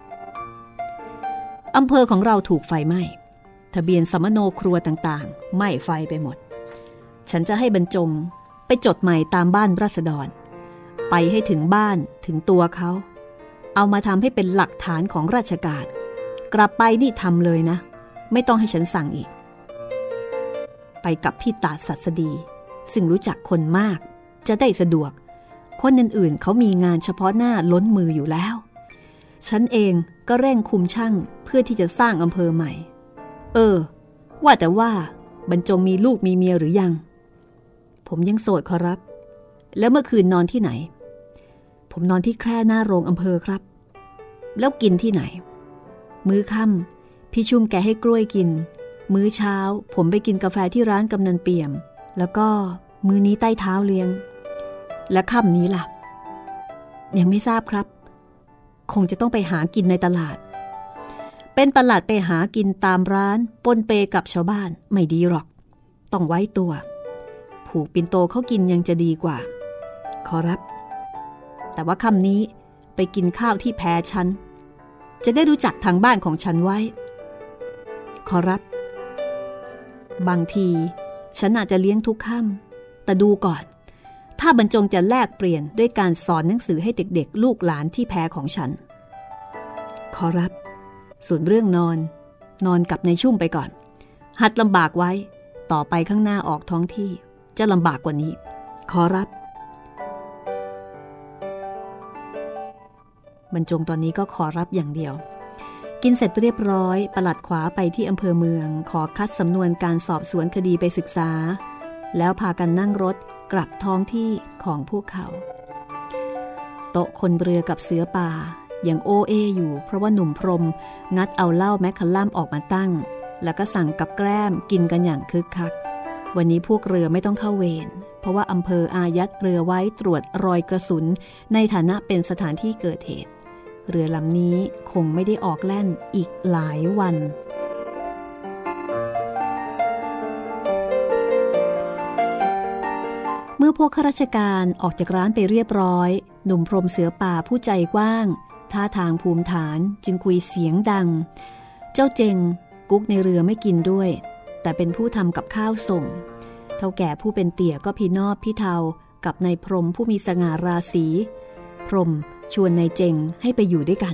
อำเภอของเราถูกไฟไหม้ทะเบียนสมโนครัวต่างๆไหม้ไฟไปหมดฉันจะให้บรรจงไปจดใหม่ตามบ้านราษฎรไปให้ถึงบ้านถึงตัวเขาเอามาทำให้เป็นหลักฐานของราชการกลับไปนี่ทำเลยนะไม่ต้องให้ฉันสั่งอีกไปกับพี่ตาศัสดีซึ่งรู้จักคนมากจะได้สะดวกคนอื่นๆเขามีงานเฉพาะหน้าล้นมืออยู่แล้วฉันเองก็เร่งคุมช่างเพื่อที่จะสร้างอำเภอใหม่ว่าแต่ว่าบรรจงมีลูกมีเมียหรือยังผมยังโสดขอรับแล้วเมื่อคืนนอนที่ไหนผมนอนที่แคร่หน้าโรงอำเภอครับแล้วกินที่ไหนมื้อค่ำพี่ชุ่มแกให้กล้วยกินมื้อเช้าผมไปกินกาแฟที่ร้านกำนันเปี่ยมแล้วก็มื้อนี้ใต้เท้าเลี้ยงและค่ำนี้ล่ะยังไม่ทราบครับคงจะต้องไปหากินในตลาดเป็นประหลัดไปหากินตามร้านปนเปกับชาวบ้านไม่ดีหรอกต้องไว้ตัวผูกปิ่นโตเขากินยังจะดีกว่าขอรับแต่ว่าค่ำนี้ไปกินข้าวที่แพรฉันจะได้รู้จักทางบ้านของฉันไว้ขอรับบางทีฉันอาจจะเลี้ยงทุกค่ำแต่ดูก่อนถ้าบรรจงจะแลกเปลี่ยนด้วยการสอนหนังสือให้เด็กๆลูกหลานที่แพรของฉันขอรับส่วนเรื่องนอนกับในชุ่มไปก่อนหัดลำบากไว้ต่อไปข้างหน้าออกท้องที่จะลำบากกว่านี้ขอรับบรรจงตอนนี้ก็ขอรับอย่างเดียวกินเสร็จเรียบร้อยปลัดขวาไปที่อำเภอเมืองขอคัดสำนวนการสอบสวนคดีไปศึกษาแล้วพากันนั่งรถกลับท้องที่ของพวกเขาโต๊ะคนเรือกับเสือป่ายังโอเออยู่เพราะว่าหนุ่มพรหมงัดเอาเหล้าแมคคัลลัมออกมาตั้งแล้วก็สั่งกับแกล้มกินกันอย่างคึกคักวันนี้พวกเรือไม่ต้องเข้าเวรเพราะว่าอำเภออายัดเรือไว้ตรวจรอยกระสุนในฐานะเป็นสถานที่เกิดเหตุเรือลำนี้คงไม่ได้ออกแล่นอีกหลายวันเมื่อพวกข้าราชการออกจากร้านไปเรียบร้อยหนุ่มพรหมเสือป่าผู้ใจกว้างท่าทางภูมิฐานจึงคุยเสียงดังเจ้าเจงกุ๊กในเรือไม่กินด้วยแต่เป็นผู้ทำกับข้าวส่งเท่าแก่ผู้เป็นเตี่ยก็พี่นอบพี่เทากับนายพรหมผู้มีสง่าราศีพรหมชวนนายเจงให้ไปอยู่ด้วยกัน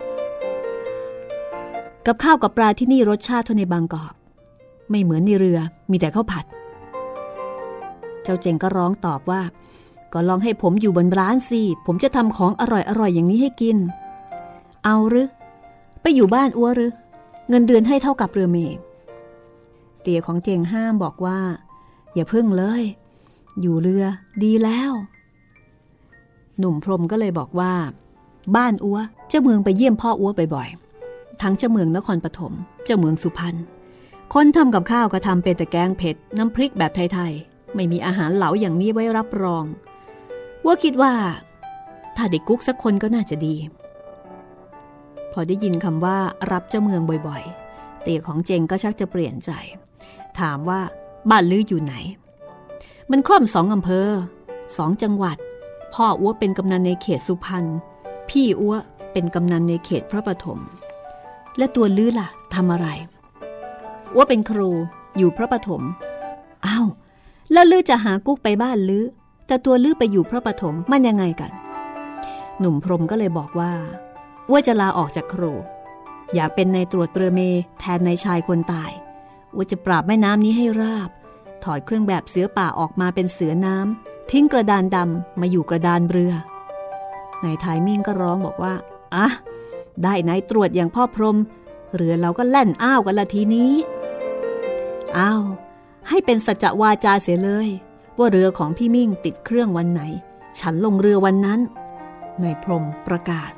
กับข้าวกับปลาที่นี่รสชาติเท่าในบางกอกไม่เหมือนในเรือมีแต่ข้าวผัดเจ้าเจงก็ร้องตอบว่าก็ลองให้ผมอยู่บนร้านสิผมจะทำของอร่อยอย่างนี้ให้กินเอาหรือไปอยู่บ้านอัวหรือเงินเดือนให้เท่ากับเรือเมฆเตี่ยของเจงห้ามบอกว่าอย่าพึ่งเลยอยู่เรือดีแล้วหนุ่มพรหมก็เลยบอกว่าบ้านอัวเจ้าเมืองไปเยี่ยมพ่ออัวบ่อยๆทั้งเจ้าเมืองนครปฐมเจ้าเมืองสุพรรณคนทำกับข้าวก็ทำเป็นแต่แกงเผ็ดน้ำพริกแบบไทยๆไม่มีอาหารเหลาอย่างนี้ไว้รับรองว่าคิดว่าถ้าเด็กกุ๊กสักคนก็น่าจะดีพอได้ยินคำว่ารับเจ้าเมืองบ่อยๆเตี่ยของเจงก็ชักจะเปลี่ยนใจถามว่าบ้านลืออยู่ไหนมันครอบ2 อำเภอ2 จังหวัดพ่ออัวเป็นกำนันในเขตสุพรรณพี่อัวเป็นกำนันในเขตพระปฐมและตัวลือล่ะทำอะไรอัวเป็นครูอยู่พระปฐมอ้าวแล้วลือจะหากุ๊กไปบ้านลือแต่ตัวลือไปอยู่พระปฐมมันยังไงกันหนุ่มพรหมก็เลยบอกว่าอัวจะลาออกจากครูอยากเป็นนายตรวจเรือเมแทนนายชายคนตายอัวจะปราบแม่น้ำนี้ให้ราบถอดเครื่องแบบเสือป่าออกมาเป็นเสือน้ำทิ้งกระดานดำมาอยู่กระดานเรือนายไทมิ่งก็ร้องบอกว่าอ่ะได้นายตรวจอย่างพ่อพรหมเรือเราก็แล่นอ้าวกันละทีนี้อ้าวให้เป็นสัจจวาจาเสียเลยว่าเรือของพี่มิ่งติดเครื่องวันไหนฉันลงเรือวันนั้นนายพรหมประกาศ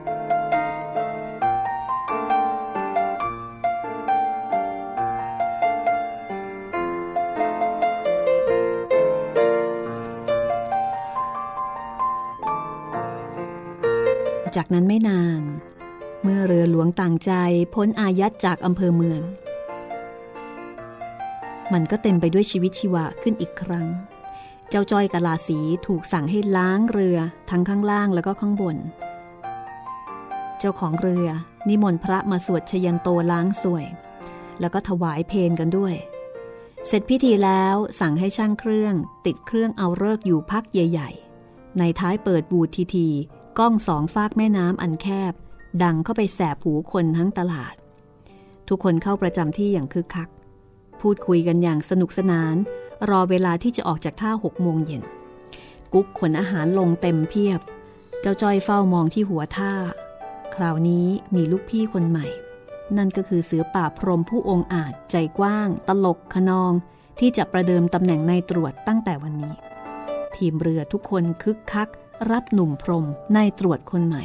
จากนั้นไม่นานเมื่อเรือหลวงต่างใจพ้นอายัดจากอำเภอเมืองมันก็เต็มไปด้วยชีวิตชีวาขึ้นอีกครั้งเจ้าจ้อยกะลาสีถูกสั่งให้ล้างเรือทั้งข้างล่างแล้วก็ข้างบนเจ้าของเรือนิมนต์พระมาสวดชยันโตล้างสวยแล้วก็ถวายเพลกันด้วยเสร็จพิธีแล้วสั่งให้ช่างเครื่องติดเครื่องเอาฤกษ์อยู่พักใหญ่ๆในท้ายเปิดบูดทีๆก้องสองฟากแม่น้ำอันแคบดังเข้าไปแสบหูคนทั้งตลาดทุกคนเข้าประจำที่อย่างคึกคักพูดคุยกันอย่างสนุกสนานรอเวลาที่จะออกจากท่า6 โมงเย็นกุ๊กขนอาหารลงเต็มเพียบเจ้าจ้อยเฝ้ามองที่หัวท่าคราวนี้มีลูกพี่คนใหม่นั่นก็คือเสือป่าพรหมผู้องอาจใจกว้างตลกขนองที่จะประเดิมตำแหน่งนายตรวจตั้งแต่วันนี้ทีมเรือทุกคนคึกคักรับหนุ่มพรหมนายตรวจคนใหม่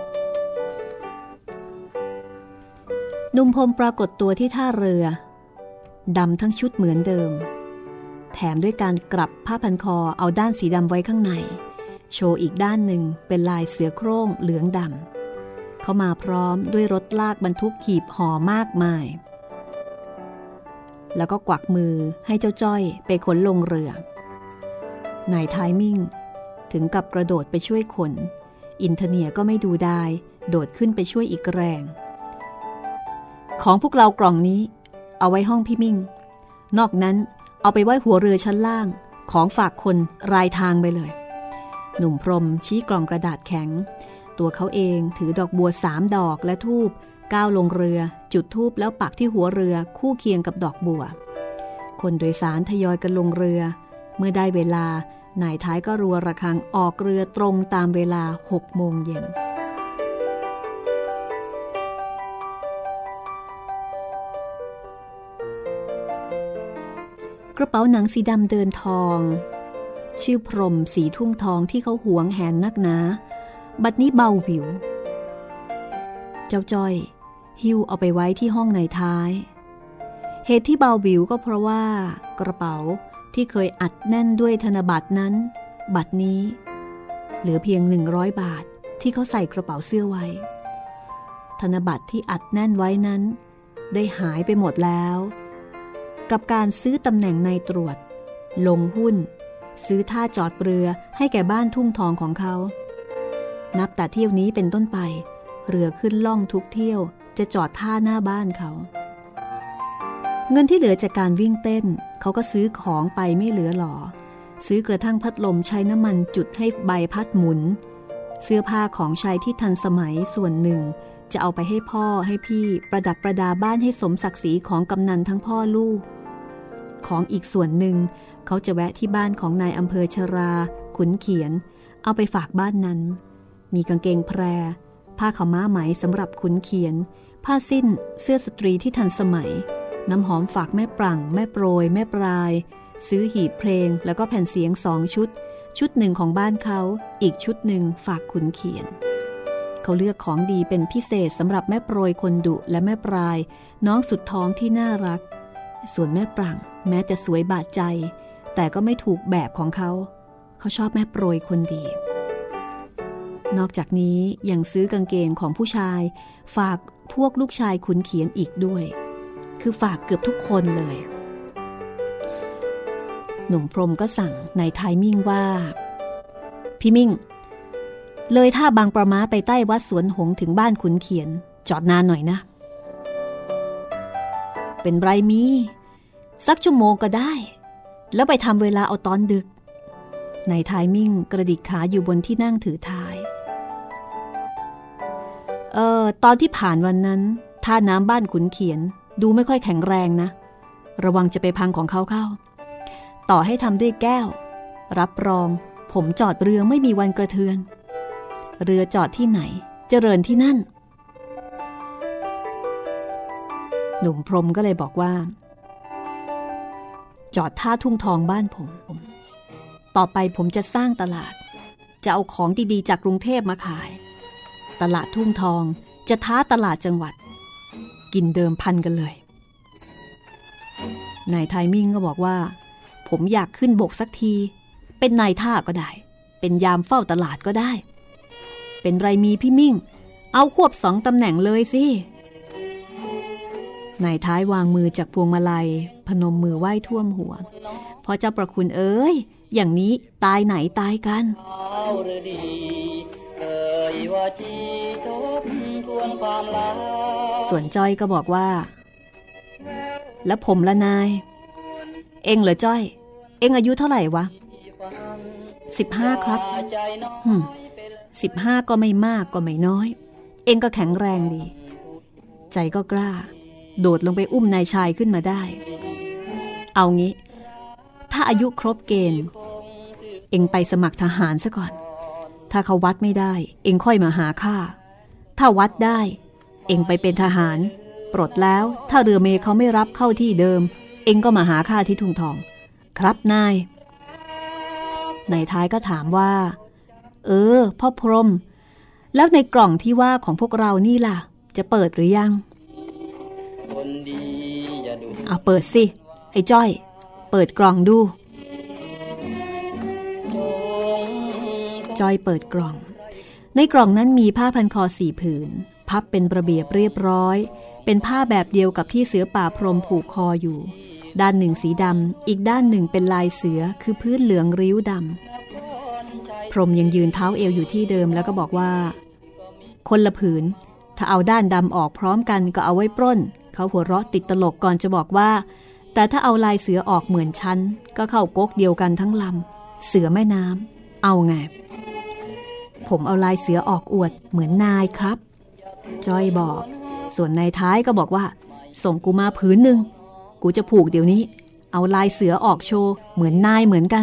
หนุ่มพรหมปรากฏตัวที่ท่าเรือดำทั้งชุดเหมือนเดิมแถมด้วยการกลับผ้าพันคอเอาด้านสีดำไว้ข้างในโชว์อีกด้านหนึ่งเป็นลายเสือโคร่งเหลืองดำเขามาพร้อมด้วยรถลากบรรทุกหีบห่อมากมายแล้วก็กวักมือให้เจ้าจ้อยไปขนลงเรือนายไทมิ่งถึงกับกระโดดไปช่วยขนอินเทเนียก็ไม่ดูดายโดดขึ้นไปช่วยอีกแรงของพวกเรากล่องนี้เอาไว้ห้องพี่มิ่งนอกนั้นเอาไปไว้หัวเรือชั้นล่างของฝากคนรายทางไปเลยหนุ่มพรหมชี้กล่องกระดาษแข็งตัวเขาเองถือดอกบัว3 ดอกและธูปก้าวลงเรือจุดธูปแล้วปักที่หัวเรือคู่เคียงกับดอกบัวคนโดยสารทยอยกันลงเรือเมื่อได้เวลานายท้ายก็รัวระฆังออกเรือตรงตามเวลา6 โมงเย็นกระเป๋าหนังสีดำเดินทองชื่อพรหมสีทุ่งทองที่เขาหวงแหนนักหนาบัดนี้เบาหวิวเจ้าจ้อยหิ้วเอาไปไว้ที่ห้องในท้ายเหตุที่เบาหวิวก็เพราะว่ากระเป๋าที่เคยอัดแน่นด้วยธนบัตรนั้นบัดนี้เหลือเพียง100 บาทที่เขาใส่กระเป๋าเสื้อไว้ธนบัตรที่อัดแน่นไว้นั้นได้หายไปหมดแล้วกับการซื้อตำแหน่งนายตรวจลงหุ้นซื้อท่าจอดเรือให้แก่บ้านทุ่งทองของเขานับแต่เที่ยวนี้เป็นต้นไปเรือขึ้นล่องทุกเที่ยวจะจอดท่าหน้าบ้านเขาเงินที่เหลือจากการวิ่งเต้นเขาก็ซื้อของไปไม่เหลือหลอซื้อกระทั่งพัดลมใช้น้ำมันจุดให้ใบพัดหมุนเสื้อผ้าของชายที่ทันสมัยส่วนหนึ่งจะเอาไปให้พ่อให้พี่ประดับประดาบ้านให้สมศักดิ์ศรีของกำนันทั้งพ่อลูกของอีกส่วนหนึ่งเขาจะแวะที่บ้านของนายอำเภอชราขุนเขียนเอาไปฝากบ้านนั้นมีกางเกงแพรผ้าขาวม้าไหมสำหรับขุนเขียนผ้าสิ้นเสื้อสตรีที่ทันสมัยน้ำหอมฝากแม่ปรั่งแม่โปรยแม่ปลายซื้อหีบเพลงแล้วก็แผ่นเสียง2 ชุดหนึ่งของบ้านเขาอีกชุดหนึ่งฝากขุนเขียนเขาเลือกของดีเป็นพิเศษสำหรับแม่โปรยคนดุและแม่ปลายน้องสุดท้องที่น่ารักส่วนแม่ปรั่งแม้จะสวยบาดใจแต่ก็ไม่ถูกแบบของเขาชอบแม่โปรยคนดีนอกจากนี้ยังซื้อกางเกงของผู้ชายฝากพวกลูกชายขุนเขียนอีกด้วยคือฝากเกือบทุกคนเลยหนุ่มพรหมก็สั่งนายไทมิ่งว่าพี่มิ่งเลยท่าบางประม้าไปใต้วัดสวนหงส์ถึงบ้านขุนเขียนจอดนานหน่อยนะเป็นไรมีสักชั่วโมงก็ได้แล้วไปทำเวลาเอาตอนดึกนายไทมิ่งกระดิกขาอยู่บนที่นั่งถือท้ายตอนที่ผ่านวันนั้นท่าน้ำบ้านขุนเขียนดูไม่ค่อยแข็งแรงนะระวังจะไปพังของเขาเข้าต่อให้ทำด้วยแก้วรับรองผมจอดเรือไม่มีวันกระเทือนเรือจอดที่ไหนเจริญที่นั่นหนุ่มพรหมก็เลยบอกว่าจอดท่าทุ่งทองบ้านผมต่อไปผมจะสร้างตลาดจะเอาของดีๆจากกรุงเทพมาขายตลาดทุ่งทองจะท้าตลาดจังหวัดกินเดิมพันกันเลยนายไทมิ่งก็บอกว่าผมอยากขึ้นบกสักทีเป็นนายท่าก็ได้เป็นยามเฝ้าตลาดก็ได้เป็นไรมีพี่มิ่งเอาควบ2 ตำแหน่งเลยสินายท้ายวางมือจากพวงมาลัยพนมมือไหว้ท่วมหัวพอเจ้าประคุณเอ้ยอย่างนี้ตายไหนตายกันส่วนจ้อยก็บอกว่าแล้วผมละนายเอ็งเหรอจ้อยเอ็งอายุเท่าไหร่วะ15ครับ15ก็ไม่มากก็ไม่น้อยเอ็งก็แข็งแรงดีใจก็กล้าโดดลงไปอุ้มนายชายขึ้นมาได้เอางี้ถ้าอายุครบเกณฑ์เอ็งไปสมัครทหารซะก่อนถ้าเขาวัดไม่ได้เอ็งค่อยมาหาข้าถ้าวัดได้เอ็งไปเป็นทหารปลดแล้วถ้าเรือเมเขาไม่รับเข้าที่เดิมเอ็งก็มาหาข้าที่ทุ่งทองครับนายท้ายก็ถามว่าพ่อพรหมแล้วในกล่องที่ว่าของพวกเรานี่ล่ะจะเปิดหรือยังเปิดสิไอ้จ้อยเปิดกล่องดูจ้อยเปิดกล่องในกล่องนั้นมีผ้าพันคอ4 ผืนพับเป็นระเบียบเรียบร้อยเป็นผ้าแบบเดียวกับที่เสือป่าพรหมผูกคออยู่ด้านหนึ่งสีดำอีกด้านหนึ่งเป็นลายเสือคือพื้นเหลืองริ้วดำพรหมยังยืนเท้าเอวอยู่ที่เดิมแล้วก็บอกว่าคนละผืนถ้าเอาด้านดำออกพร้อมกันก็เอาไว้ปล้นเขาหัวเราะติดตลกก่อนจะบอกว่าแต่ถ้าเอาลายเสือออกเหมือนชั้นก็เข้าก๊กเดียวกันทั้งลำเสือแม่น้ำเอาไงผมเอาลายเสือออกอวดเหมือนนายครับจ้อยบอกส่วนนายท้ายก็บอกว่าส่งกูมาผืนหนึ่งกูจะผูกเดี๋ยวนี้เอาลายเสือออกโชว์เหมือนนายเหมือนกัน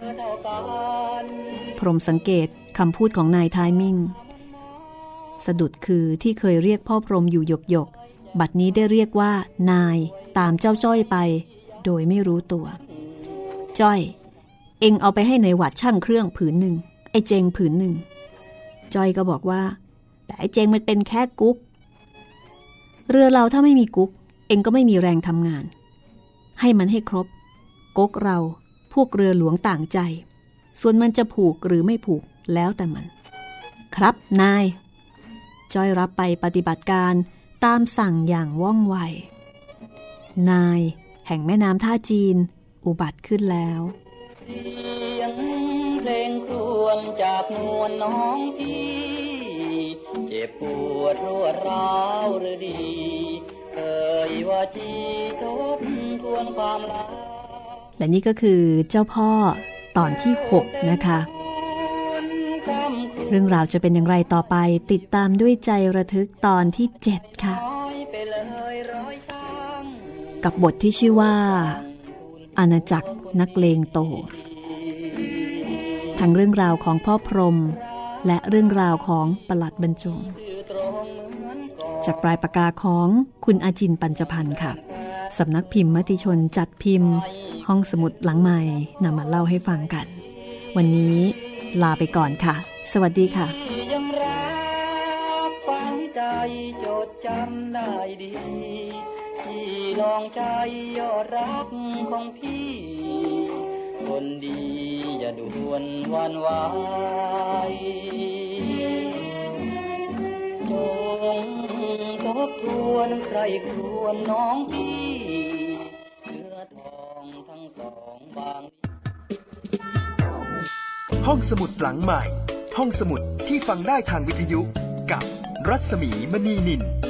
พรหมสังเกตคำพูดของนายท้ายมิ่งสะดุดคือที่เคยเรียกพ่อพรหมอยู่หยกบัดนี้ได้เรียกว่านายตามเจ้าจ้อยไปโดยไม่รู้ตัวจ้อยเอ็งเอาไปให้ในวัดช่างเครื่องผืนหนึ่งไอ้เจงผืนหนึ่งจ้อยก็บอกว่าแต่ไอ้เจงมันเป็นแค่กุ๊กเรือเราถ้าไม่มีกุ๊กเอ็งก็ไม่มีแรงทำงานให้มันให้ครบก๊กเราพวกเรือหลวงต่างใจส่วนมันจะผูกหรือไม่ผูกแล้วแต่มันครับนายจ้อยรับไปปฏิบัติการตามสั่งอย่างว่องไวนายแห่งแม่น้ำท่าจีนอุบัติขึ้นแล้วเสียงเพลงครวญจากนวลน้องพี่เจ็บปวดรวดร้าวหรือดีเคยว่าจีทบทวนความลับและนี่ก็คือเจ้าพ่อตอนที่6นะคะเรื่องราวจะเป็นอย่างไรต่อไปติดตามด้วยใจระทึกตอนที่7ค่ะกับบทที่ชื่อว่าอาณาจักรนักเลงโตทั้งเรื่องราวของพ่อพรหมและเรื่องราวของปลัดบรรจงจากปลายปากกาของคุณอาจินปัญจพันธ์ค่ะสำนักพิมพ์มติชนจัดพิมพ์ห้องสมุดหลังใหม่นำมาเล่าให้ฟังกันวันนี้ลาไปก่อนค่ะสวัสดีค่ะยังรักฝังใจจดจำได้ดีที่ลองใจยอดรักของพี่คนดีอย่าด่วนหวั่นไหวจงทบทวนใครควรน้องพี่เนื้อทองทั้งสองบางห้องสมุดหลังใหม่ห้องสมุดที่ฟังได้ทางวิทยุกับรัศมีมณีนิน